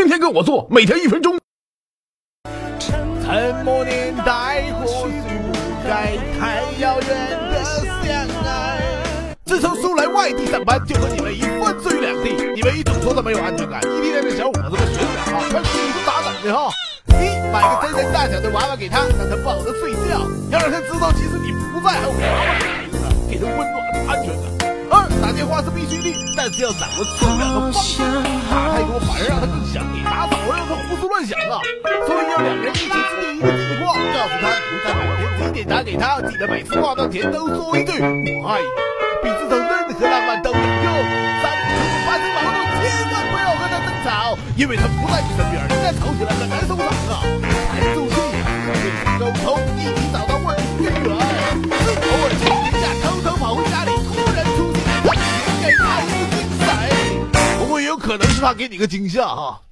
天天跟我做，每天1分钟。 沉默年代或许不该太遥远的相爱。自从苏来外地上班，就和你们一分居两地。你们一总说他没有安全感，异地恋的小伙子们学不了啊，看你是咋整的哈？一，买个真人大小的娃娃给他，让他抱着睡觉，要让他知道其实你不在，还有娃娃的孩子，给他温暖和安全感。二，打电话是必须的，但是要掌握质量和方式，打太多反而让他更想你，打少了让他胡思乱想啊。所以要两人一起制定一个计划，告诉他你会在每天几点打给他，记得每次挂断前都说一句我爱你，比这种任何浪漫都有用。三，如果发生矛盾，千万不要和他争吵，因为他不在你身边，一旦吵起来很难收场啊。沉住气，沟通，一起找到问题根源。四，偶尔请一下，偷偷跑回家里，突然出现，给他一个惊喜，不过也有可能是他给你个惊吓哈。